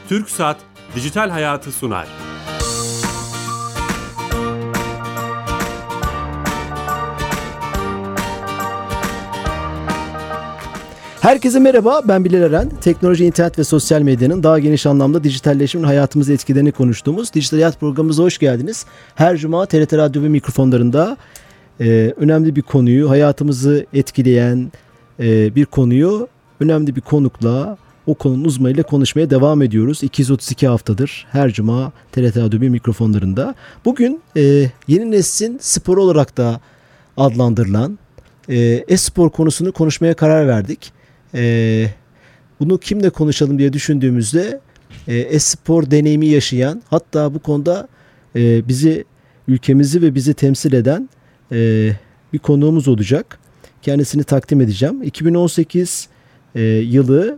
TürkSat Dijital Hayatı sunar. Herkese merhaba, ben Bilal Eren. Teknoloji, internet ve sosyal medyanın daha geniş anlamda dijitalleşimin hayatımızı etkilerini konuştuğumuz Dijital Hayat programımıza hoş geldiniz. Her cuma TRT Radyo ve mikrofonlarında önemli bir konuyu, hayatımızı etkileyen bir konuyu önemli bir konukla, o konunun uzmanıyla konuşmaya devam ediyoruz. 232 haftadır her cuma TRT Radyo ve mikrofonlarında. Bugün yeni neslin sporu olarak da adlandırılan e-spor konusunu konuşmaya karar verdik. Bunu kimle konuşalım diye düşündüğümüzde e-spor deneyimi yaşayan, hatta bu konuda ülkemizi ve bizi temsil eden bir konuğumuz olacak. Kendisini takdim edeceğim. 2018 yılı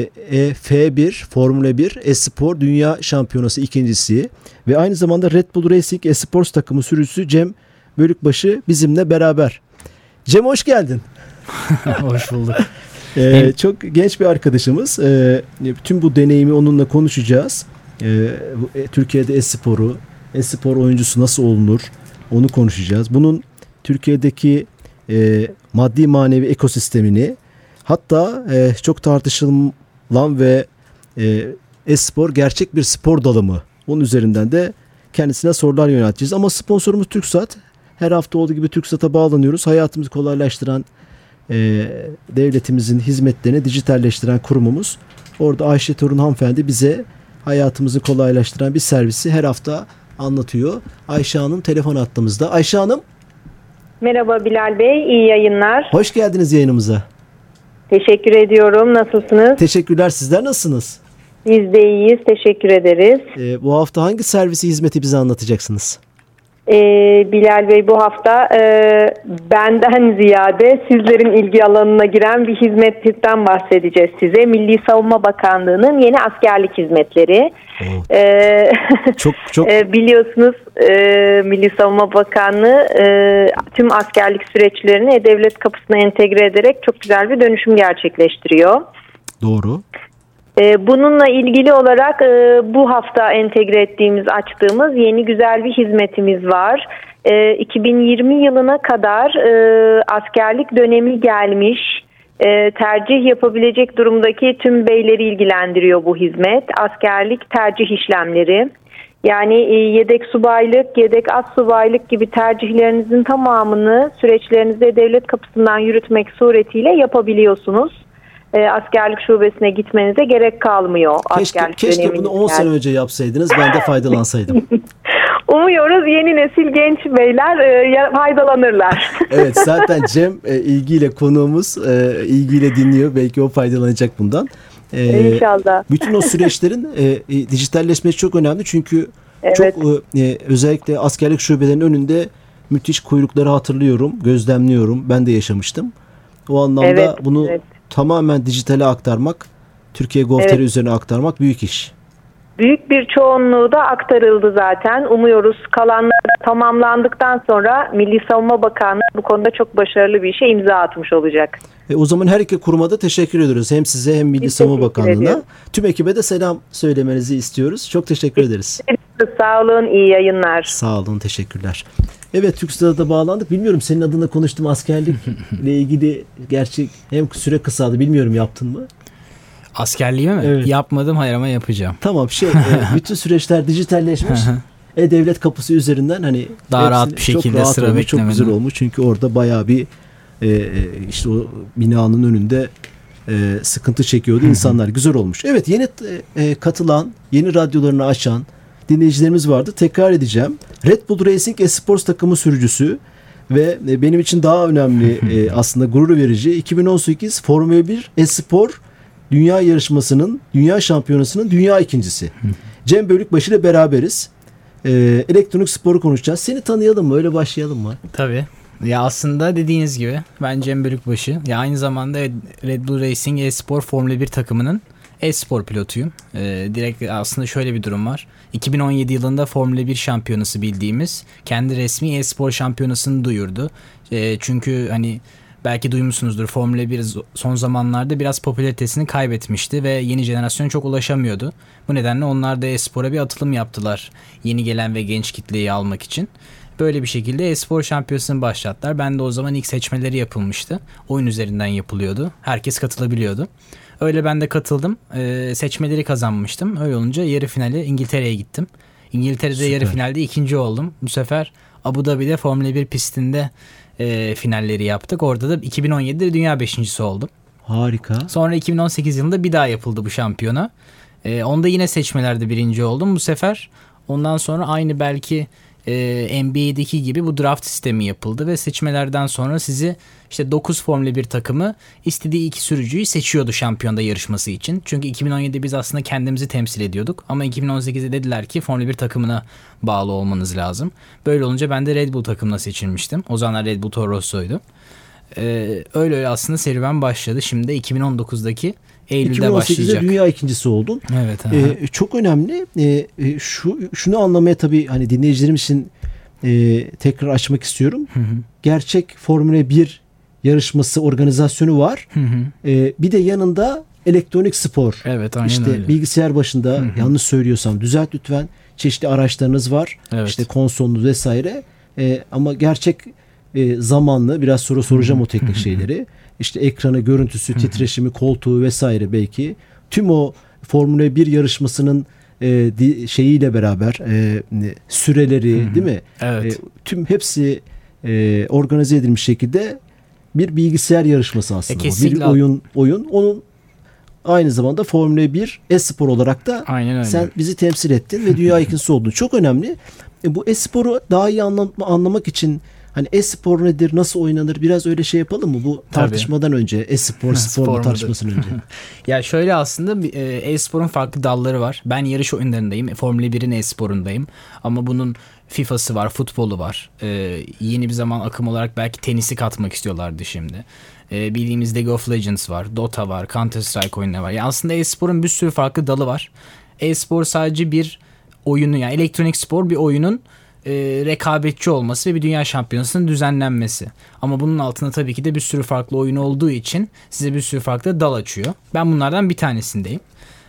F1 Formula 1 e-spor Dünya Şampiyonası ikincisi ve aynı zamanda Red Bull Racing e-sports takımı sürücüsü Cem Bölükbaşı bizimle beraber. Cem, hoş geldin. Hoş bulduk. Çok genç bir arkadaşımız. Tüm bu deneyimi onunla konuşacağız. Türkiye'de e-spor oyuncusu nasıl olunur onu konuşacağız. Bunun Türkiye'deki maddi manevi ekosistemini, hatta çok tartışılan ve e-spor gerçek bir spor dalı mı? Onun üzerinden de kendisine sorular yönelteceğiz. Ama sponsorumuz TürkSat. Her hafta olduğu gibi TürkSat'a bağlanıyoruz. Hayatımızı kolaylaştıran, devletimizin hizmetlerini dijitalleştiren kurumumuz. Orada Ayşe Torun hanımefendi bize hayatımızı kolaylaştıran bir servisi her hafta anlatıyor. Ayşe Hanım telefon hattımızda. Ayşe Hanım. Merhaba Bilal Bey, iyi yayınlar. Hoş geldiniz yayınımıza. Teşekkür ediyorum. Nasılsınız? Teşekkürler. Sizler nasılsınız? Biz de iyiyiz. Teşekkür ederiz. Bu hafta hangi servisi, hizmeti bize anlatacaksınız? Bilal Bey, bu hafta benden ziyade sizlerin ilgi alanına giren bir hizmetten bahsedeceğiz size. Milli Savunma Bakanlığı'nın yeni askerlik hizmetleri. Çok. Biliyorsunuz Milli Savunma Bakanlığı tüm askerlik süreçlerini E-Devlet kapısına entegre ederek çok güzel bir dönüşüm gerçekleştiriyor. Doğru. Bununla ilgili olarak bu hafta açtığımız yeni güzel bir hizmetimiz var. 2020 yılına kadar askerlik dönemi gelmiş, tercih yapabilecek durumdaki tüm beyleri ilgilendiriyor bu hizmet. Askerlik tercih işlemleri. Yani yedek subaylık, yedek astsubaylık gibi tercihlerinizin tamamını süreçlerinizde devlet kapısından yürütmek suretiyle yapabiliyorsunuz. Askerlik şubesine gitmenize gerek kalmıyor. Keşke bunu 10 sene önce yapsaydınız, ben de faydalansaydım. Umuyoruz yeni nesil genç beyler faydalanırlar. Evet, zaten Cem ilgiyle konuğumuz, ilgiyle dinliyor. Belki o faydalanacak bundan. İnşallah. Bütün o süreçlerin dijitalleşmesi çok önemli. Çünkü evet, çok özellikle askerlik şubelerinin önünde müthiş kuyrukları hatırlıyorum, gözlemliyorum. Ben de yaşamıştım. O anlamda bunu tamamen dijitale aktarmak, Türkiye Gov.tr üzerine aktarmak büyük iş. Büyük bir çoğunluğu da aktarıldı zaten. Umuyoruz kalanlar tamamlandıktan sonra Milli Savunma Bakanlığı bu konuda çok başarılı bir işe imza atmış olacak. O zaman her iki kuruma da teşekkür ediyoruz. Hem size hem Milli Savunma Bakanlığı'na. Tüm ekibe de selam söylemenizi istiyoruz. Çok teşekkür ederiz. Sağ olun, iyi yayınlar. Sağ olun, teşekkürler. Evet, TürkSat'a da bağlandık. Bilmiyorum, senin adına konuştum askerlikle ilgili, gerçi hem süre kısaldı, bilmiyorum yaptın mı? Askerliğimi mi? Evet. Yapmadım, hayır ama yapacağım. Tamam, bütün süreçler dijitalleşmiş. E-Devlet kapısı üzerinden hani daha rahat bir şekilde sıra beklemedim. Çok güzel olmuş çünkü orada bayağı bir işte o binanın önünde sıkıntı çekiyordu insanlar. Güzel olmuş. Evet, yeni katılan, yeni radyolarını açan dinleyicilerimiz vardı. Tekrar edeceğim. Red Bull Racing e-sports takımı sürücüsü ve benim için daha önemli aslında gurur verici 2018 Formula 1 e-spor Dünya Yarışması'nın, Dünya Şampiyonası'nın dünya ikincisi. Cem Bölükbaşı ile beraberiz. Elektronik sporu konuşacağız. Seni tanıyalım mı? Öyle başlayalım mı? Tabii. Ya aslında dediğiniz gibi ben Cem Bölükbaşı. Ya aynı zamanda Red Bull Racing e-spor Formula 1 takımının e-spor pilotuyum. Direkt aslında şöyle bir durum var. 2017 yılında Formula 1 şampiyonası bildiğimiz kendi resmi e-spor şampiyonasını duyurdu. Çünkü hani belki duymuşsunuzdur, Formula 1 son zamanlarda biraz popülaritesini kaybetmişti ve yeni jenerasyon çok ulaşamıyordu. Bu nedenle onlar da e-spora bir atılım yaptılar yeni gelen ve genç kitleyi almak için. Böyle bir şekilde e-spor şampiyonasını başlattılar. Ben de o zaman ilk seçmeleri yapılmıştı. Oyun üzerinden yapılıyordu. Herkes katılabiliyordu. Öyle ben de katıldım. Seçmeleri kazanmıştım. Öyle olunca yarı finali İngiltere'ye gittim. İngiltere'de Süper. yarı finalde ikinci oldum. Bu sefer Abu Dhabi'de Formula 1 pistinde finalleri yaptık. Orada da 2017'de dünya beşincisi oldum. Harika. Sonra 2018 yılında bir daha yapıldı bu şampiyona. Onda yine seçmelerde birinci oldum. Bu sefer ondan sonra aynı belki NBA'deki gibi bu draft sistemi yapıldı ve seçmelerden sonra sizi işte 9 Formula 1 takımı istediği 2 sürücüyü seçiyordu şampiyonda yarışması için. Çünkü 2017'de biz aslında kendimizi temsil ediyorduk ama 2018'de dediler ki Formula 1 takımına bağlı olmanız lazım. Böyle olunca ben de Red Bull takımına seçilmiştim. O zamanlar Red Bull Toro Rosso'ydu. Öyle aslında serüven başladı. Şimdi 2019'daki Eylül'de başlayacak. 2018'de dünya ikincisi oldun. Evet. Çok önemli. Şunu anlamaya tabii hani dinleyicilerimiz için tekrar açmak istiyorum. Gerçek Formula 1 yarışması organizasyonu var. Bir de yanında elektronik spor. Evet, aynen işte öyle. bilgisayar başında yanlış söylüyorsam düzelt lütfen. Çeşitli araçlarınız var. Evet. İşte konsolunuz vesaire. Ama gerçek zamanlı biraz sonra soracağım o teknik şeyleri. İşte ekranı, görüntüsü, titreşimi, koltuğu vesaire belki. Tüm o Formula 1 yarışmasının şeyiyle beraber süreleri değil mi? Evet. Tüm hepsi organize edilmiş şekilde bir bilgisayar yarışması aslında. Kesinlikle. Bir oyun. Onun aynı zamanda Formula 1 e-spor olarak da Aynen öyle. sen bizi temsil ettin ve dünya ikincisi oldun. Çok önemli. Bu e-sporu daha iyi anlamak için hani e-spor nedir, nasıl oynanır biraz öyle şey yapalım mı? Bu tartışmadan önce e-spor, spor mu tartışmasından önce. Ya şöyle aslında e-sporun farklı dalları var. Ben yarış oyunlarındayım. Formula 1'in e-sporundayım. Ama bunun FIFA'sı var, futbolu var. Yeni bir zaman akım olarak belki tenisi katmak istiyorlardı şimdi. Bildiğimiz League of Legends var, Dota var, Counter Strike oyunları var. Yani aslında e-sporun bir sürü farklı dalı var. E-spor sadece bir oyunu, yani elektronik spor bir oyunun rekabetçi olması ve bir dünya şampiyonasının düzenlenmesi. Ama bunun altında tabii ki de bir sürü farklı oyun olduğu için size bir sürü farklı dal açıyor. Ben bunlardan bir tanesindeyim.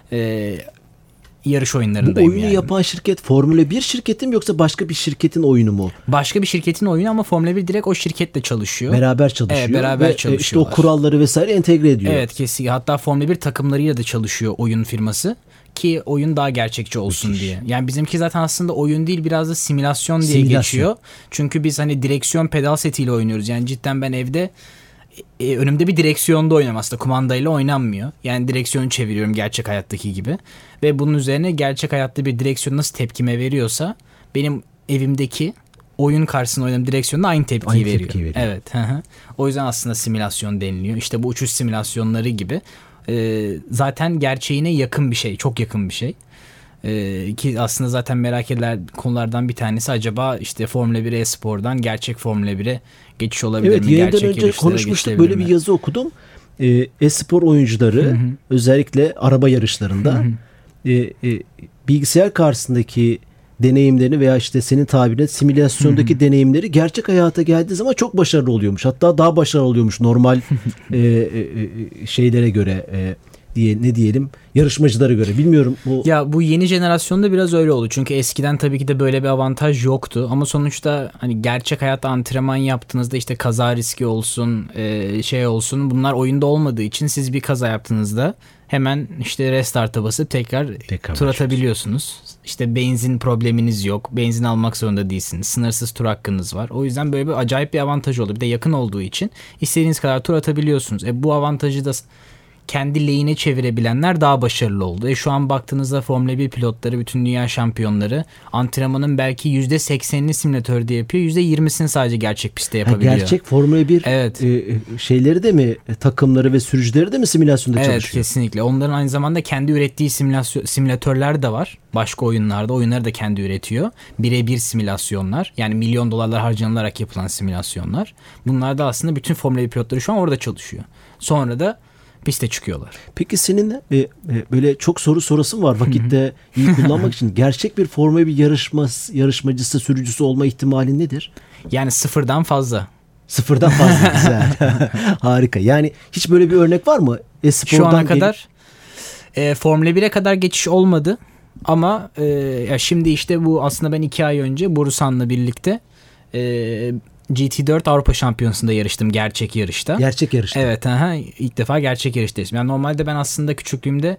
Yarış oyunlarındayım. Bu oyunu yani. yapan şirket Formula 1 şirketi mi yoksa başka bir şirketin oyunu mu? Başka bir şirketin oyunu ama Formula 1 direkt o şirketle çalışıyor. Beraber çalışıyor. Evet, beraber ve çalışıyorlar. işte o kuralları vesaire entegre ediyor. Evet, kesinlikle. Hatta Formula 1 takımlarıyla da çalışıyor oyun firması. Ki oyun daha gerçekçi olsun diye. Yani bizimki zaten aslında oyun değil, biraz da simülasyon diye geçiyor. Çünkü biz hani direksiyon pedal setiyle oynuyoruz. Yani cidden ben evde önümde bir direksiyonda oynuyorum aslında. Kumandayla oynanmıyor. Yani direksiyonu çeviriyorum gerçek hayattaki gibi. Ve bunun üzerine gerçek hayatta bir direksiyon nasıl tepkime veriyorsa benim evimdeki oyun karşısında oynadığım direksiyonda aynı tepkiyi veriyor. Evet. O yüzden aslında simülasyon deniliyor. İşte bu uçuş simülasyonları gibi. Zaten gerçeğine yakın bir şey. Çok yakın bir şey. Ki aslında zaten merak edilen konulardan bir tanesi acaba işte Formula 1 e-spordan gerçek Formula 1'e geçiş olabilir mi? Yayından önce konuşmuştuk. Böyle bir yazı okudum. E-spor oyuncuları özellikle araba yarışlarında bilgisayar karşısındaki deneyimlerini veya işte senin tabirine simülasyondaki deneyimleri gerçek hayata geldiği zaman çok başarılı oluyormuş. Hatta daha başarılı oluyormuş normal şeylere göre ne diyelim yarışmacılara göre. Bilmiyorum. Ya bu yeni jenerasyonda biraz öyle oldu. Çünkü eskiden tabii ki de böyle bir avantaj yoktu. Ama sonuçta hani gerçek hayatta antrenman yaptığınızda işte kaza riski olsun, şey olsun, bunlar oyunda olmadığı için siz bir kaza yaptığınızda hemen işte restart'a basıp tekrar tur atabiliyorsunuz. İşte benzin probleminiz yok. Benzin almak zorunda değilsiniz. Sınırsız tur hakkınız var. O yüzden böyle bir acayip bir avantaj oldu. Bir de yakın olduğu için istediğiniz kadar tur atabiliyorsunuz. Bu avantajı da kendi lehine çevirebilenler daha başarılı oldu. Şu an baktığınızda Formula 1 pilotları, bütün dünya şampiyonları antrenmanın belki %80'ini simülatörde yapıyor. %20'sini sadece gerçek pistte yapabiliyor. Gerçek Formula 1 şeyleri de mi, takımları ve sürücüleri de mi simülasyonda çalışıyor? Evet, kesinlikle. Onların aynı zamanda kendi ürettiği simülatörler de var. Başka oyunlarda. Oyunları da kendi üretiyor. Birebir simülasyonlar. Yani milyon dolarlar harcanılarak yapılan simülasyonlar. Bunlar da aslında bütün Formula 1 pilotları şu an orada çalışıyor. Sonra da piste çıkıyorlar. Peki senin böyle çok soru sorasın var vakitte iyi kullanmak için. Gerçek bir Formula 1 yarışmacısı, sürücüsü olma ihtimali nedir? Yani sıfırdan fazla. Sıfırdan fazla güzel. Harika. Yani hiç böyle bir örnek var mı? Şu ana kadar Formula 1'e kadar geçiş olmadı. Ama ya şimdi işte bu aslında ben 2 ay önce Borusan'la birlikte GT4 Avrupa Şampiyonası'nda yarıştım. Gerçek yarışta. Gerçek yarışta. Evet. İlk defa gerçek yarıştayım. Yani normalde ben aslında küçüklüğümde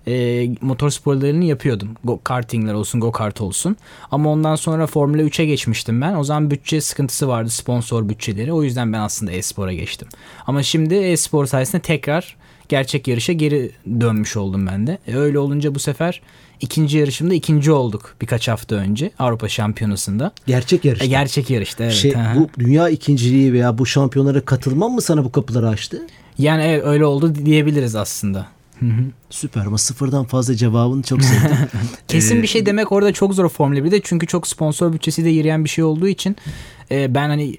motor sporlarını yapıyordum. Kartingler olsun, go-kart olsun. Ama ondan sonra Formula 3'e geçmiştim ben. O zaman bütçe sıkıntısı vardı, sponsor bütçeleri. O yüzden ben aslında e-spora geçtim. Ama şimdi e-spor sayesinde tekrar gerçek yarışa geri dönmüş oldum ben de. Öyle olunca bu sefer ikinci yarışımda ikinci olduk birkaç hafta önce Avrupa Şampiyonası'nda. Gerçek yarışta. Gerçek yarışta, evet. Bu dünya ikinciliği veya bu şampiyonlara katılman mı sana bu kapıları açtı? Yani evet, öyle oldu diyebiliriz aslında. Süper, ama sıfırdan fazla cevabını çok sevdim. Kesin bir şey demek orada çok zor Formula 1'de, çünkü çok sponsor bütçesi de yürüyen bir şey olduğu için ben hani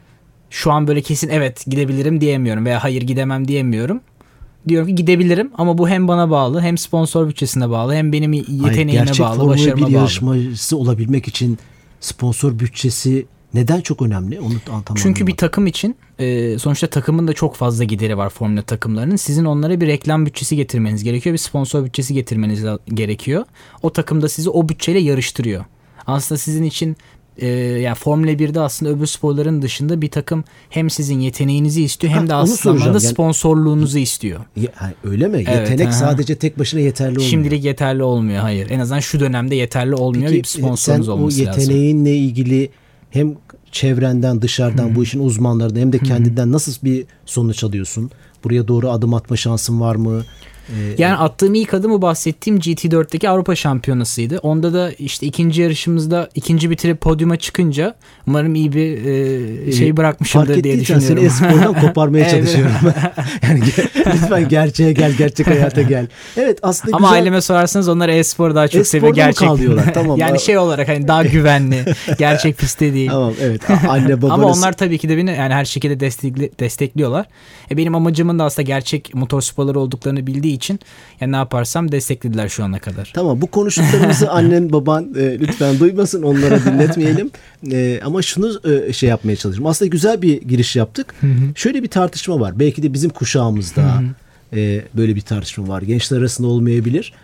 şu an böyle kesin evet gidebilirim diyemiyorum veya hayır gidemem diyemiyorum. Diyorum ki gidebilirim ama bu hem bana bağlı, hem sponsor bütçesine bağlı, hem benim yeteneğime bağlı, başarıma bağlı. Gerçek Formula 1 yarışmacısı olabilmek için sponsor bütçesi neden çok önemli? Onu anlamadım. Çünkü bir takım için sonuçta takımın da çok fazla gideri var Formula takımlarının. Sizin onlara bir reklam bütçesi getirmeniz gerekiyor. Bir sponsor bütçesi getirmeniz gerekiyor. O takım da sizi o bütçeyle yarıştırıyor. Aslında sizin için yani Formula 1'de aslında öbür sporların dışında bir takım hem sizin yeteneğinizi istiyor hem de aslında sponsorluğunuzu istiyor. Öyle mi? Evet, yetenek sadece tek başına yeterli olmuyor. Şimdilik yeterli olmuyor. Hayır. En azından şu dönemde yeterli olmuyor. Peki, bir sponsorunuz olması lazım. Sen o yeteneğinle ilgili hem çevrenden, dışarıdan, bu işin uzmanlarından hem de kendinden nasıl bir sonuç alıyorsun? Buraya doğru adım atma şansın var mı? Yani attığım ilk adımı bahsettiğim GT4'teki Avrupa Şampiyonası'ydı. Onda da işte ikinci yarışımızda ikinci bitirip podyuma çıkınca umarım iyi bir şey bırakmışımdır diye düşünüyorum. Fark ettiysen seni espordan koparmaya çalışıyorum. Yani lütfen gerçeğe gel, gerçek hayata gel. Evet, aslında ama güzel. aileme sorarsanız onlar e-sporu daha çok seviyor. Gerçek kalıyorlar. Tamam. Yani şey olarak hani daha güvenli, gerçek pistte değil. Tamam, evet. Anne babanız. Ama onlar tabii ki de beni yani her şekilde destekliyorlar. Benim amacımın da aslında gerçek motor sporları olduklarını bildiği için yani ne yaparsam desteklediler şu ana kadar. Tamam, bu konuştuklarımızı annen baban lütfen duymasın, onlara dinletmeyelim. Ama şunu şey yapmaya çalışıyorum. Aslında güzel bir giriş yaptık. Şöyle bir tartışma var. Belki de bizim kuşağımızda böyle bir tartışma var. Gençler arasında olmayabilir.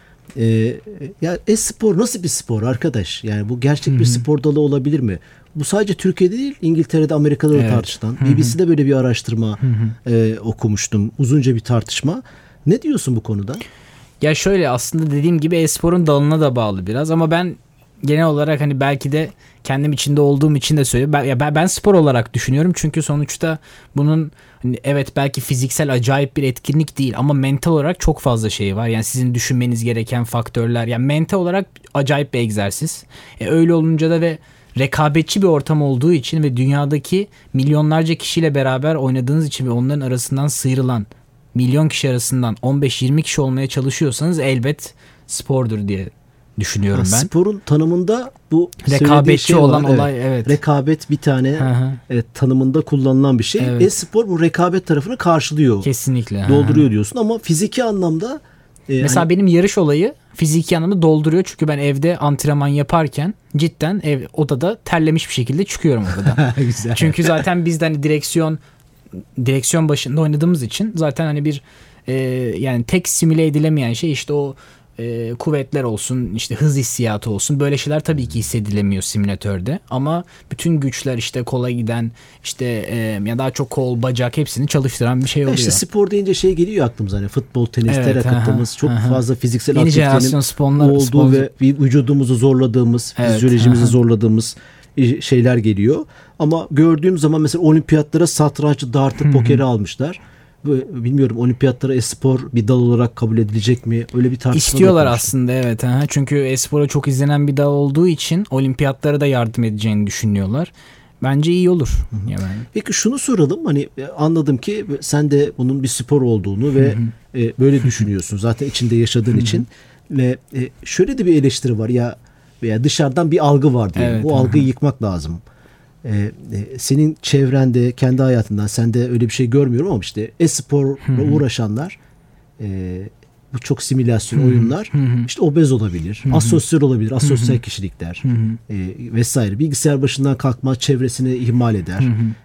Ya e-spor nasıl bir spor arkadaş? Yani bu gerçek bir spor dalı olabilir mi? Bu sadece Türkiye'de değil, İngiltere'de, Amerika'da da tartışılan. BBC'de böyle bir araştırma okumuştum. Uzunca bir tartışma. Ne diyorsun bu konuda? Ya şöyle, aslında dediğim gibi e-sporun dalına da bağlı biraz ama ben genel olarak hani belki de kendim içinde olduğum için de söylüyorum. Ben spor olarak düşünüyorum çünkü sonuçta bunun hani evet belki fiziksel acayip bir etkinlik değil ama mental olarak çok fazla şey var. Yani sizin düşünmeniz gereken faktörler. Yani mental olarak acayip bir egzersiz. Öyle olunca da ve rekabetçi bir ortam olduğu için ve dünyadaki milyonlarca kişiyle beraber oynadığınız için ve onların arasından sıyrılan milyon kişi arasından 15-20 kişi olmaya çalışıyorsanız elbet spordur diye düşünüyorum ben. Sporun tanımında bu rekabetçi şey olan var. olay, evet. Rekabet bir tane tanımında kullanılan bir şey. Evet. E-spor bu rekabet tarafını karşılıyor. Kesinlikle. Dolduruyor diyorsun ama fiziki anlamda mesela hani benim yarış olayı fiziki anlamda dolduruyor çünkü ben evde antrenman yaparken cidden odada terlemiş bir şekilde çıkıyorum odadan. Güzel. Çünkü zaten biz de hani direksiyon başında oynadığımız için zaten hani bir yani tek simüle edilemeyen şey işte o kuvvetler olsun, işte hız hissiyatı olsun, böyle şeyler tabii ki hissedilemiyor simülatörde ama bütün güçler işte kola giden işte ya daha çok kol, bacak hepsini çalıştıran bir şey oluyor. İşte spor deyince şey geliyor aklımıza, hani futbol, tenis, terakıttığımız çok fazla fiziksel yeni aktivitenin olduğu ve vücudumuzu zorladığımız, fizyolojimizi zorladığımız şeyler geliyor. Ama gördüğüm zaman mesela olimpiyatlara satrançı, dartı, pokeri almışlar. Bilmiyorum, olimpiyatlara e-spor bir dal olarak kabul edilecek mi? Öyle bir tartışma İstiyorlar aslında, evet. Çünkü e-spora çok izlenen bir dal olduğu için olimpiyatlara da yardım edeceğini düşünüyorlar. Bence iyi olur. Yani. Peki şunu soralım, hani anladım ki sen de bunun bir spor olduğunu ve böyle düşünüyorsun zaten içinde yaşadığın için ve şöyle de bir eleştiri var ya, veya dışarıdan bir algı var diye. Evet, bu algıyı yıkmak lazım. Senin çevrende, kendi hayatından sen de öyle bir şey görmüyorum ama işte e-sporla uğraşanlar bu çok simülasyon oyunlar işte obez olabilir, asosyal olabilir, asosyal kişilikler vesaire. Bilgisayar başından kalkmaz, çevresini ihmal eder.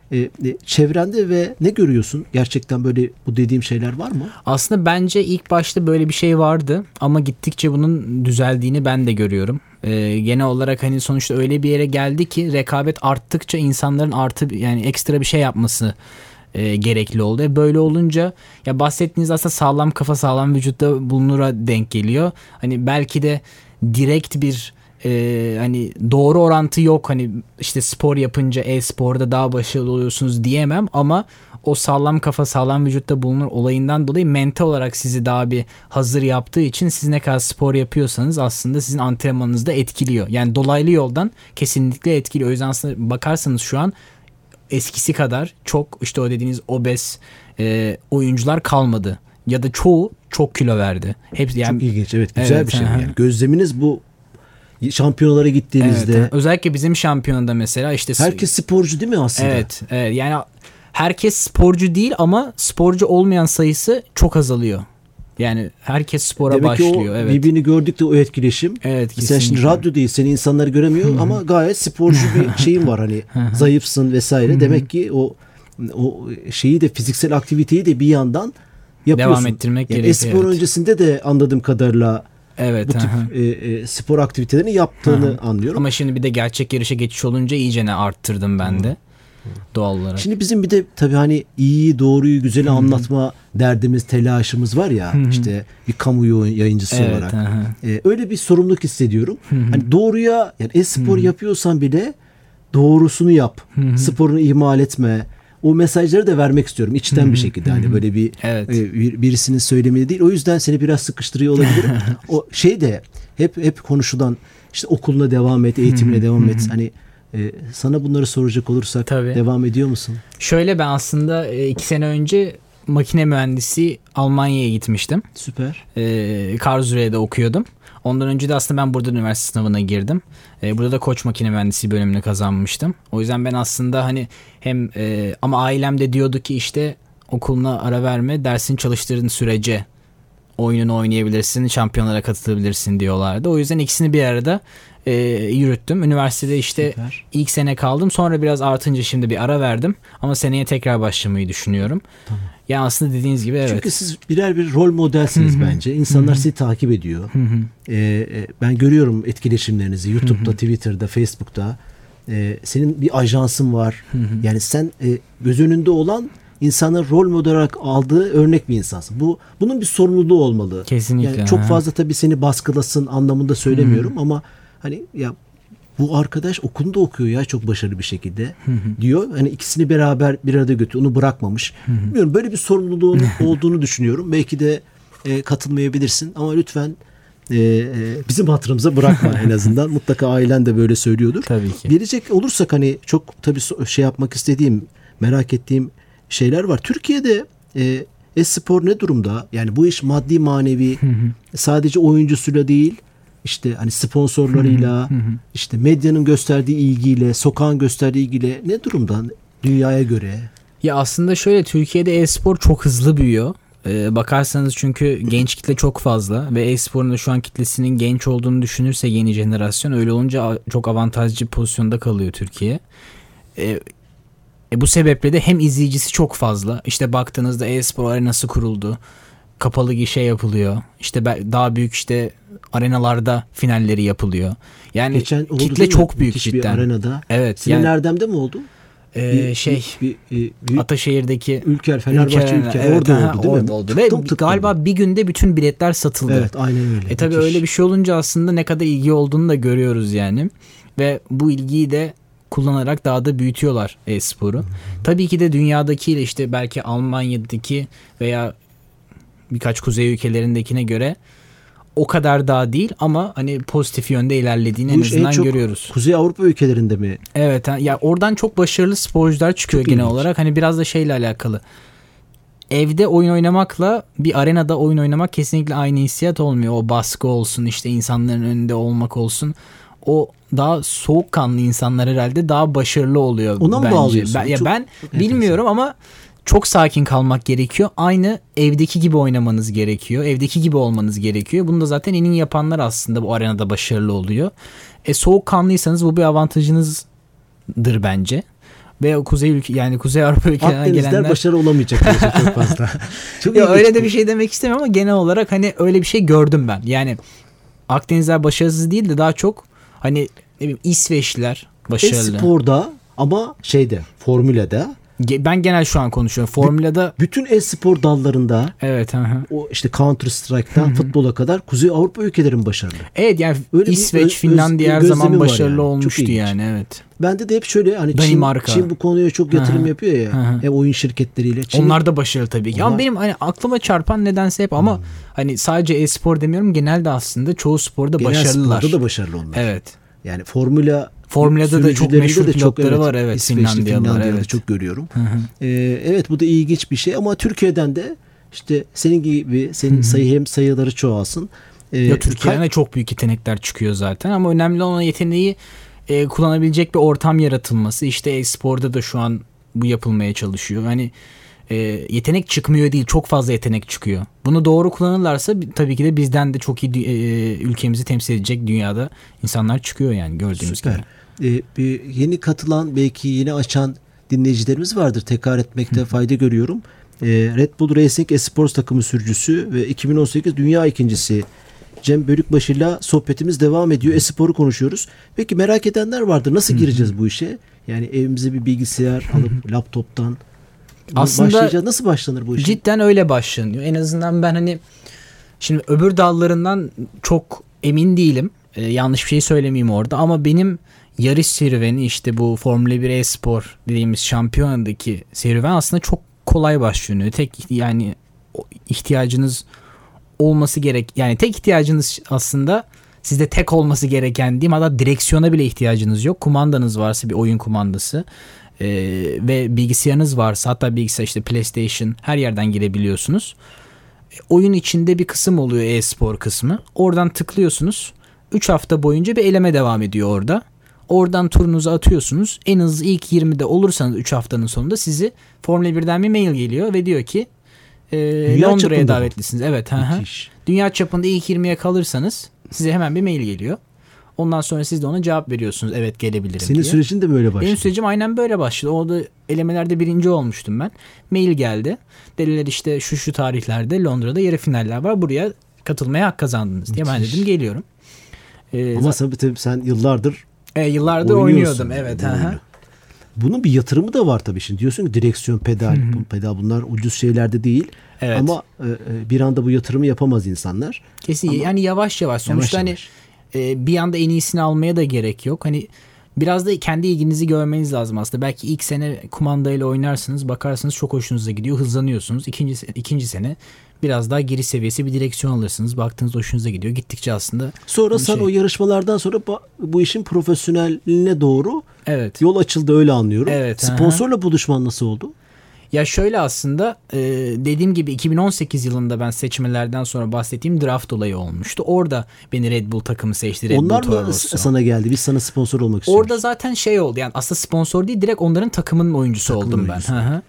Çevrende ve ne görüyorsun? Gerçekten böyle bu dediğim şeyler var mı? Aslında bence ilk başta böyle bir şey vardı ama gittikçe bunun düzeldiğini ben de görüyorum. Genel olarak hani sonuçta öyle bir yere geldi ki rekabet arttıkça insanların yani ekstra bir şey yapması gerekli oldu. Böyle olunca ya bahsettiğiniz aslında sağlam kafa sağlam vücutta bulunura denk geliyor. Hani belki de direkt bir hani doğru orantı yok. Hani işte spor yapınca e-sporda daha başarılı oluyorsunuz diyemem ama o sağlam kafa sağlam vücutta bulunur olayından dolayı mental olarak sizi daha bir hazır yaptığı için siz ne kadar spor yapıyorsanız aslında sizin antrenmanınızı da etkiliyor. Yani dolaylı yoldan kesinlikle etkiliyor. O yüzden aslında bakarsanız şu an eskisi kadar çok işte o dediğiniz obez oyuncular kalmadı. Ya da çoğu çok kilo verdi. Hepsi yani, çok ilginç, evet, güzel bir şey. Yani gözleminiz bu şampiyonalara gittiğinizde. Evet, özellikle bizim şampiyonada mesela işte herkes sporcu değil mi aslında? Evet, yani herkes sporcu değil ama sporcu olmayan sayısı çok azalıyor. Yani herkes spora demek başlıyor. Demek ki o evet. birbirini gördükçe o etkileşim. Evet, mesela şimdi radyo değil, seni insanlar göremiyor ama gayet sporcu bir şeyin var hani zayıfsın vesaire. Demek ki o şeyi de fiziksel aktiviteyi de bir yandan yapıyorsun. Devam ettirmek yani gerekiyor. Spor öncesinde de anladığım kadarıyla bu tip spor aktivitelerini yaptığını anlıyorum. Ama şimdi bir de gerçek yarışa geçiş olunca iyicene arttırdım ben de. Doğal olarak. Şimdi bizim bir de tabii hani iyi, doğruyu, güzeli anlatma derdimiz, telaşımız var ya işte bir kamu yayıncısı olarak. Öyle bir sorumluluk hissediyorum. Hani doğruya yani e-spor yapıyorsan bile doğrusunu yap. Sporunu ihmal etme. O mesajları da vermek istiyorum içten bir şekilde. Hani böyle bir birisinin söylemediği değil. O yüzden seni biraz sıkıştırıyor olabilirim. O şey de hep konuşulan işte okuluna devam et, eğitimine devam et. Hani sana bunları soracak olursak devam ediyor musun? Şöyle ben aslında 2 sene önce makine mühendisi Almanya'ya gitmiştim. Süper. Karlsruhe'de okuyordum. Ondan önce de aslında ben burada üniversite sınavına girdim. Burada da Koç makine mühendisliği bölümünü kazanmıştım. O yüzden ben aslında hani hem ama ailem de diyordu ki işte okuluna ara verme, dersini çalıştırdığın sürece oyununu oynayabilirsin, şampiyonlara katılabilirsin diyorlardı. O yüzden ikisini bir arada yürüttüm. Üniversitede işte ilk sene kaldım. Sonra biraz artınca şimdi bir ara verdim. Ama seneye tekrar başlamayı düşünüyorum. Tamam. Yani aslında dediğiniz gibi evet. Çünkü siz birer bir rol modelsiniz bence. İnsanlar sizi takip ediyor. Ben görüyorum etkileşimlerinizi YouTube'da, Twitter'da, Facebook'ta. Senin bir ajansın var. Yani sen göz önünde olan insanların rol model olarak aldığı örnek bir insansın. Bunun bir sorumluluğu olmalı. Kesinlikle. Yani çok fazla tabii seni baskılasın anlamında söylemiyorum ama hani ya bu arkadaş okulunda okuyor ya çok başarılı bir şekilde diyor. Hani ikisini beraber bir arada götürüyor. Onu bırakmamış. Bilmiyorum, böyle bir sorumluluğun olduğunu düşünüyorum. Belki de katılmayabilirsin ama lütfen bizim hatırımıza bırakma en azından. Mutlaka ailen de böyle söylüyordur. Tabii ki. Gelecek olursak hani çok tabii şey yapmak istediğim, merak ettiğim şeyler var. Türkiye'de e-spor ne durumda? Yani bu iş maddi manevi sadece oyuncusuyla değil, işte hani sponsorlarıyla, işte medyanın gösterdiği ilgiyle, sokağın gösterdiği ilgiyle ne durumda dünyaya göre? Ya aslında şöyle, Türkiye'de e-spor çok hızlı büyüyor. Bakarsanız çünkü genç kitle çok fazla ve e-sporun da şu an kitlesinin genç olduğunu düşünürse yeni jenerasyon, öyle olunca çok avantajlı pozisyonda kalıyor Türkiye. Bu sebeple de hem izleyicisi çok fazla. İşte baktığınızda e-spor arenası kuruldu. Kapalı gişe yapılıyor. İşte daha büyük işte arenalarda finalleri yapılıyor. Yani geçen kitle çok büyük cidden. Bir arenada. Evet. Senin yani, Erdem'de mi oldu? Ataşehir'deki Fenerbahçe Ülker orada oldu değil mi? Oldu. Ve galiba bir günde bütün biletler satıldı. Evet, aynen öyle. Tabii öyle bir şey olunca aslında ne kadar ilgi olduğunu da görüyoruz yani. Ve bu ilgiyi de kullanarak daha da büyütüyorlar e-sporu. Tabii ki de dünyadakiyle işte belki Almanya'daki veya birkaç kuzey ülkelerindekine göre o kadar daha değil ama hani pozitif yönde ilerlediğini en azından görüyoruz. Kuzey Avrupa ülkelerinde mi? Evet. Ya oradan çok başarılı sporcular çıkıyor genel olarak. Hani biraz da şeyle alakalı. Evde oyun oynamakla bir arenada oyun oynamak kesinlikle aynı hissiyat olmuyor. O baskı olsun, işte insanların önünde olmak olsun. O daha soğukkanlı insanlar herhalde daha başarılı oluyor. Ona mı bağlıyorsun? Ben bilmiyorum ama çok sakin kalmak gerekiyor. Aynı evdeki gibi oynamanız gerekiyor. Evdeki gibi olmanız gerekiyor. Bunu da zaten en iyi yapanlar aslında bu arenada başarılı oluyor. Soğukkanlıysanız bu bir avantajınızdır bence. Ve Kuzey Avrupa ülkelerinden gelenler başarı olamayacak çok fazla. Çok ya öyle de bir şey demek istemiyorum ama genel olarak hani öyle bir şey gördüm ben. Yani Akdenizler başarısız değil de daha çok hani ne bileyim İsveçliler başarılı. Sporda ama formülede. Ben genel şu an konuşuyorum. Formülada bütün e-spor dallarında evet. O işte Counter Strike'tan futbola kadar Kuzey Avrupa ülkelerin başarılı. Evet yani öyle İsveç, Finlandiya her zaman başarılı yani. Olmuştu yani evet. Bende de hep şöyle hani Çin bu konuya çok yatırım yapıyor ya. Hem oyun şirketleriyle. Onlar da başarılı tabii ki. Ama benim hani aklıma çarpan nedense hep ama hani sadece e-spor demiyorum genelde aslında çoğu sporda başarılılar. Sporda da başarılı onlar. Evet. Yani Formüla'da da çok meşhur pilotları var evet. Finlandiyalılar çok görüyorum. Evet bu da ilginç bir şey ama Türkiye'den de işte senin gibi hem sayıları çoğalsın. Ya Türkiye'den de çok büyük yetenekler çıkıyor zaten ama önemli olan yeteneği kullanabilecek bir ortam yaratılması. İşte e-sporda da şu an bu yapılmaya çalışıyor. Hani yetenek çıkmıyor değil çok fazla yetenek çıkıyor. Bunu doğru kullanırlarsa tabii ki de bizden de çok iyi ülkemizi temsil edecek dünyada insanlar çıkıyor yani gördüğümüz gibi. Bir yeni katılan belki yeni açan dinleyicilerimiz vardır. Tekrar etmekte fayda görüyorum. Red Bull Racing Esports takımı sürücüsü ve 2018 dünya ikincisi Cem Bölükbaşı'yla sohbetimiz devam ediyor. Espor'u konuşuyoruz. Peki merak edenler vardır. Nasıl gireceğiz bu işe? Yani evimize bir bilgisayar alıp laptoptan aslında nasıl başlanır bu iş? Cidden öyle başlanıyor. En azından ben hani şimdi öbür dallarından çok emin değilim. Yanlış bir şey söylemeyeyim orada ama benim yarış serüveni işte bu Formula 1 e-spor dediğimiz şampiyonadaki serüven aslında çok kolay başlıyor. Tek yani ihtiyacınız olması gerek yani tek ihtiyacınız aslında sizde tek olması gereken diyeyim hatta direksiyona bile ihtiyacınız yok. Kumandanız varsa bir oyun kumandası ve bilgisayarınız varsa hatta bilgisayar işte PlayStation her yerden girebiliyorsunuz. Oyun içinde bir kısım oluyor e-spor kısmı. Oradan tıklıyorsunuz. 3 hafta boyunca bir eleme devam ediyor orada. Oradan turunuzu atıyorsunuz. En hızlı ilk 20'de olursanız 3 haftanın sonunda sizi Formula 1'den bir mail geliyor ve diyor ki Londra'ya davetlisiniz. Evet. Dünya çapında ilk 20'ye kalırsanız size hemen bir mail geliyor. Ondan sonra siz de ona cevap veriyorsunuz. Evet gelebilirim Senin diye. sürecin de böyle başladı. Benim sürecim aynen böyle başladı. Orada elemelerde birinci olmuştum ben. Mail geldi. Dediler işte şu tarihlerde Londra'da yarı finaller var. Buraya katılmaya hak kazandınız diye. Ben dedim geliyorum. Ama tabii sen yıllardır oynuyordum. Evet. Bunun bir yatırımı da var tabii şimdi. Diyorsun ki direksiyon, pedal bunlar ucuz şeyler de değil. Evet. Ama bir anda bu yatırımı yapamaz insanlar. Kesin yani yavaş yavaş. Sonuçta hani bir anda en iyisini almaya da gerek yok. Hani biraz da kendi ilginizi görmeniz lazım aslında. Belki ilk sene kumandayla oynarsınız, bakarsınız çok hoşunuza gidiyor, hızlanıyorsunuz. İkinci sene biraz daha geri seviyesi bir direksiyon alırsınız. Baktığınız hoşunuza gidiyor. Gittikçe aslında sonra sen o yarışmalardan sonra bu işin profesyoneline doğru yol açıldı öyle anlıyorum. Evet, sponsorla buluşman nasıl oldu? Ya şöyle aslında dediğim gibi 2018 yılında ben seçmelerden sonra bahsettiğim draft olayı olmuştu. Orada beni Red Bull takımı seçti. Red onlar Bull mı sana geldi? Biz sana sponsor olmak istiyoruz. Orada zaten oldu yani aslında sponsor değil direkt onların takımının oyuncusu oldum ben.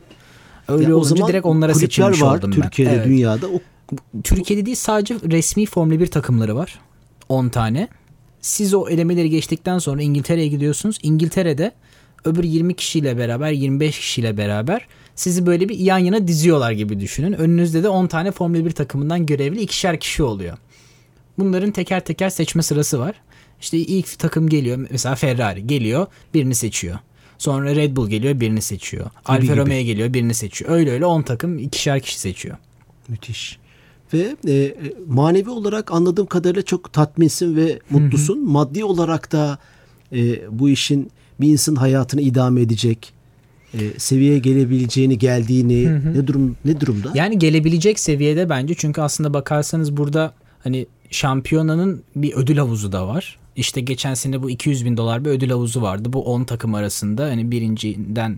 Öyle ya olunca direkt onlara seçilmiş oldum ben. Türkiye'de, dünyada. Türkiye'de değil sadece resmi Formula 1 takımları var. 10 tane. Siz o elemeleri geçtikten sonra İngiltere'ye gidiyorsunuz. İngiltere'de öbür 20 kişiyle beraber 25 kişiyle beraber sizi böyle bir yan yana diziyorlar gibi düşünün. Önünüzde de 10 tane Formula 1 takımından görevli 2'şer kişi oluyor. Bunların teker teker seçme sırası var. İşte ilk takım geliyor. Mesela Ferrari geliyor birini seçiyor. Sonra Red Bull geliyor birini seçiyor. Alfa Romeo geliyor birini seçiyor. Öyle 10 takım 2'şer kişi seçiyor. Müthiş. Ve manevi olarak anladığım kadarıyla çok tatminsin ve mutlusun. Maddi olarak da bu işin bir insanın hayatını idame edecek seviyeye geldiğini ne durumda? Yani gelebilecek seviyede bence çünkü aslında bakarsanız burada hani şampiyonanın bir ödül havuzu da var. İşte geçen sene bu $200.000 bir ödül havuzu vardı. Bu 10 takım arasında hani birinciden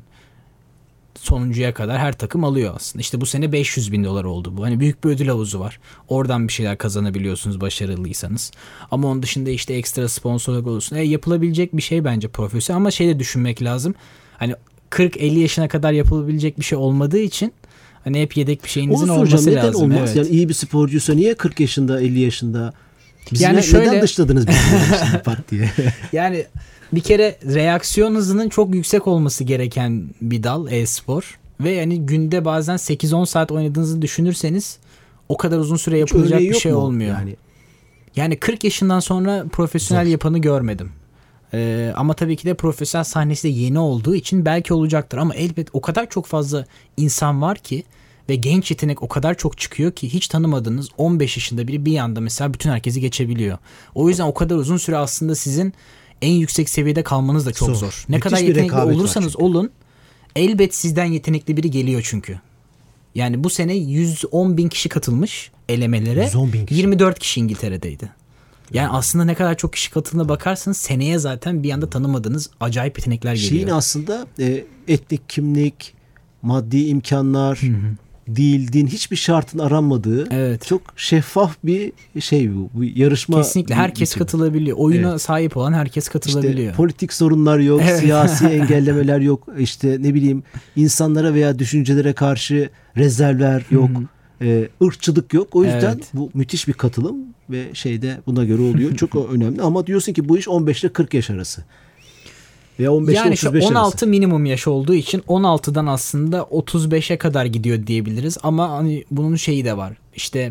sonuncuya kadar her takım alıyor aslında. İşte bu sene $500.000 oldu bu. Hani büyük bir ödül havuzu var. Oradan bir şeyler kazanabiliyorsunuz başarılıysanız. Ama onun dışında işte ekstra sponsorluk olursun. Yapılabilecek bir şey bence profesyonel ama de düşünmek lazım. Hani 40-50 yaşına kadar yapılabilecek bir şey olmadığı için hani hep yedek bir şeyinizin Onu olması neden lazım. olmaz? Evet. Yani iyi bir sporcuysa niye 40 yaşında 50 yaşında? Bizi Yani neden dışladınız bizi şimdi pat diye? Yani bir kere reaksiyon hızının çok yüksek olması gereken bir dal e-spor. Ve yani günde bazen 8-10 saat oynadığınızı düşünürseniz o kadar uzun süre yapılacak bir şey olmuyor. Yani 40 yaşından sonra profesyonel Zor. yapanı görmedim. Ama tabii ki de profesyonel sahnesi de yeni olduğu için belki olacaktır. Ama elbet o kadar çok fazla insan var ki ve genç yetenek o kadar çok çıkıyor ki hiç tanımadığınız 15 yaşında biri bir anda mesela bütün herkesi geçebiliyor. O yüzden o kadar uzun süre aslında sizin en yüksek seviyede kalmanız da çok zor. Ne Müthiş kadar bir yetenekli rekabet olursanız olun elbet sizden yetenekli biri geliyor çünkü. Yani bu sene 110 bin kişi katılmış elemelere. 110 bin kişi. 24 kişi İngiltere'deydi. Yani aslında ne kadar çok kişi katıldığına bakarsanız seneye zaten bir anda tanımadığınız acayip yetenekler geliyor. Şeyin aslında etnik kimlik, maddi imkanlar, dil, din hiçbir şartın aranmadığı çok şeffaf bir şey bu. Bu yarışma. Kesinlikle herkes katılabiliyor. Oyuna sahip olan herkes katılabiliyor. İşte politik sorunlar yok, siyasi engellemeler yok. İşte ne bileyim insanlara veya düşüncelere karşı rezervler yok. Irkçılık yok. O yüzden bu müthiş bir katılım ve şeyde buna göre oluyor. Çok önemli ama diyorsun ki bu iş 15 ile 40 yaş arası. Veya 15 ile 35 yani 16 arası. minimum yaş olduğu için 16'dan aslında 35'e kadar gidiyor diyebiliriz. Ama hani bunun şeyi de var. İşte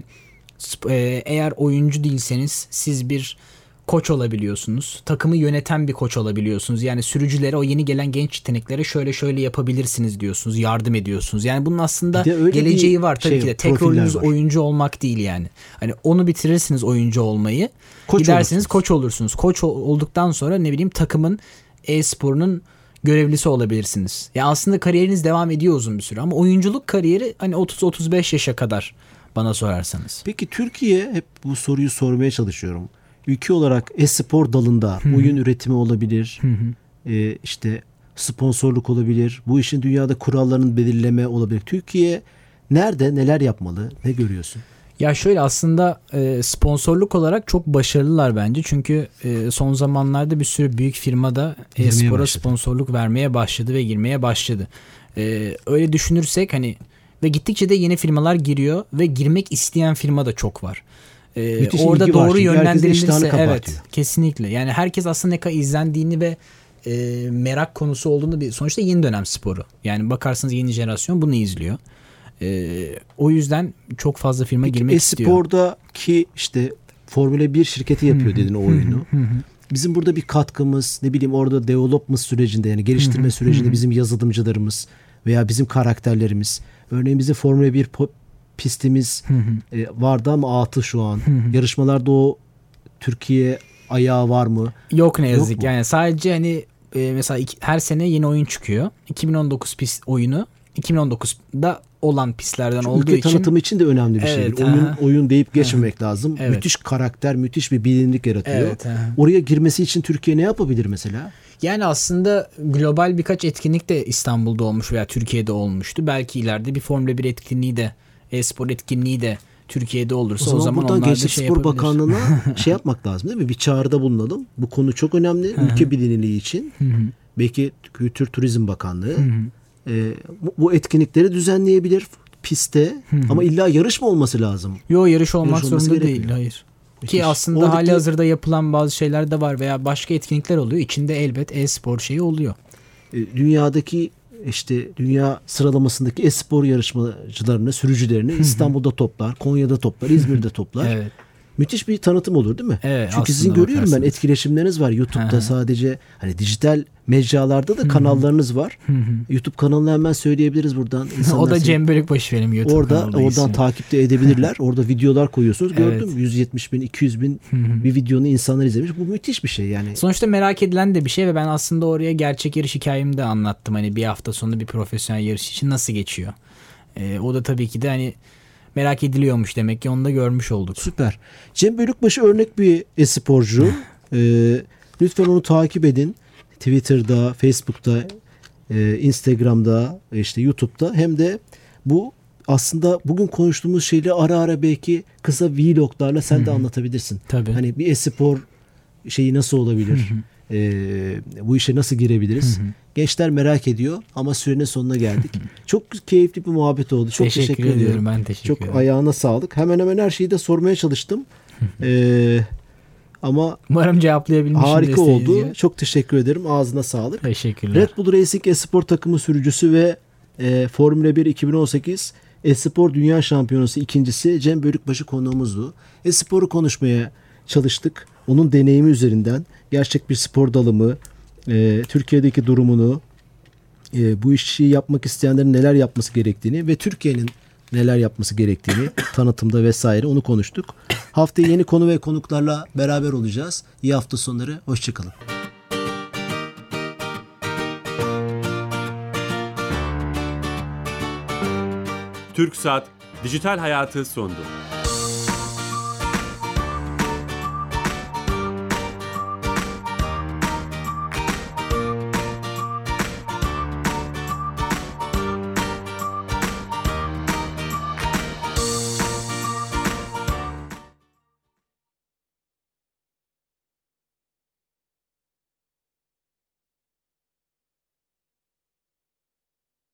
eğer oyuncu değilseniz siz bir koç olabiliyorsunuz. Takımı yöneten bir koç olabiliyorsunuz. Yani sürücülere, o yeni gelen genç yeteneklere şöyle yapabilirsiniz diyorsunuz. Yardım ediyorsunuz. Yani bunun aslında geleceği var tabii ki de. Tek rolünüz oyuncu olmak değil yani. Hani onu bitirirsiniz oyuncu olmayı. Gidersiniz koç olursunuz. Koç olduktan sonra ne bileyim takımın e-sporunun görevlisi olabilirsiniz. Ya aslında kariyeriniz devam ediyor uzun bir süre ama oyunculuk kariyeri hani 30-35 yaşa kadar bana sorarsanız. Peki Türkiye, hep bu soruyu sormaya çalışıyorum. Ülke olarak e-spor dalında oyun üretimi olabilir, işte sponsorluk olabilir, bu işin dünyada kurallarının belirleme olabilir. Türkiye nerede, neler yapmalı, ne görüyorsun? Ya şöyle aslında sponsorluk olarak çok başarılılar bence. Çünkü son zamanlarda bir sürü büyük firmada e-spora sponsorluk vermeye başladı ve girmeye başladı. Öyle düşünürsek hani ve gittikçe de yeni firmalar giriyor ve girmek isteyen firma da çok var. Orada doğru yönlendirilirse kesinlikle. Yani herkes aslında ne kadar izlendiğini ve merak konusu olduğunu sonuçta yeni dönem sporu. Yani bakarsanız yeni jenerasyon bunu izliyor. O yüzden çok fazla firma girmek istiyor. E-spordaki işte Formula 1 şirketi yapıyor dedin o oyunu. Bizim burada bir katkımız, ne bileyim orada development sürecinde, yani geliştirme sürecinde bizim yazılımcılarımız veya bizim karakterlerimiz. Örneğin bizim Formula 1 pistimiz vardı ama atı şu an. Yarışmalarda o Türkiye ayağı var mı? Yok ne yazık. Yani sadece hani mesela her sene yeni oyun çıkıyor. 2019 pist oyunu 2019'da olan pistlerden çünkü olduğu ülke için tanıtımı için de önemli bir şey. Oyun deyip geçmemek lazım. Evet. Müthiş karakter, müthiş bir bilinirlik yaratıyor. Oraya girmesi için Türkiye ne yapabilir mesela? Yani aslında global birkaç etkinlik de İstanbul'da olmuş veya Türkiye'de olmuştu. Belki ileride bir Formula 1 etkinliği de, e-spor etkinliği de Türkiye'de olursa o zaman onlar da Gençlik Spor Bakanlığı'na şey yapmak lazım değil mi? Bir çağrıda bulunalım. Bu konu çok önemli. Ülke bilinirliği için. Belki Kültür Turizm Bakanlığı bu etkinlikleri düzenleyebilir pistte. Ama illa yarış mı olması lazım? Yok, yarış olmak zorunda değil. Hayır. Ki aslında hali hazırda yapılan bazı şeyler de var veya başka etkinlikler oluyor. İçinde elbet e-spor şeyi oluyor. Dünyadaki işte dünya sıralamasındaki e-spor yarışmacılarını, sürücülerini İstanbul'da toplar, Konya'da toplar, İzmir'de toplar. Evet. Müthiş bir tanıtım olur değil mi? Evet, çünkü sizin görüyorum ben etkileşimleriniz var YouTube'da sadece, hani dijital mecralarda da kanallarınız var. YouTube kanalını hemen söyleyebiliriz buradan. O da Cem Bölükbaşı benim YouTube kanalda. Oradan takipte edebilirler. Orada videolar koyuyorsunuz. Gördüm 170 bin, 200 bin bir videonu insanlar izlemiş. Bu müthiş bir şey yani. Sonuçta merak edilen de bir şey ve ben aslında oraya gerçek yarış hikayemi de anlattım. Hani bir hafta sonu bir profesyonel yarış için nasıl geçiyor. O da tabii ki de hani merak ediliyormuş, demek ki onu da görmüş olduk. Süper. Cem Bölükbaşı örnek bir e-sporcu. Lütfen onu takip edin. Twitter'da, Facebook'ta, Instagram'da, işte YouTube'da, hem de bu aslında bugün konuştuğumuz şeyleri ara ara belki kısa vloglarla sen de anlatabilirsin. Tabii. Hani bir e-spor şeyi nasıl olabilir? bu işe nasıl girebiliriz? Gençler merak ediyor ama sürenin sonuna geldik. Çok keyifli bir muhabbet oldu. Çok teşekkür ediyorum. Ben teşekkür ederim. Çok ayağına sağlık. Hemen hemen her şeyi de sormaya çalıştım. Ama umarım cevaplayabilmişim. Harika oldu. Çok teşekkür ederim. Ağzına sağlık. Teşekkürler. Red Bull Racing Espor takımı sürücüsü ve Formula 1 2018 Espor Dünya Şampiyonası ikincisi Cem Bölükbaşı konuğumuzdu. Espor'u konuşmaya çalıştık. Onun deneyimi üzerinden gerçek bir spor dalı mı, Türkiye'deki durumunu, bu işi yapmak isteyenlerin neler yapması gerektiğini ve Türkiye'nin neler yapması gerektiğini tanıtımda vesaire onu konuştuk. Haftaya yeni konu ve konuklarla beraber olacağız. İyi hafta sonları. Hoşçakalın. TürkSat Dijital Hayatı sundu.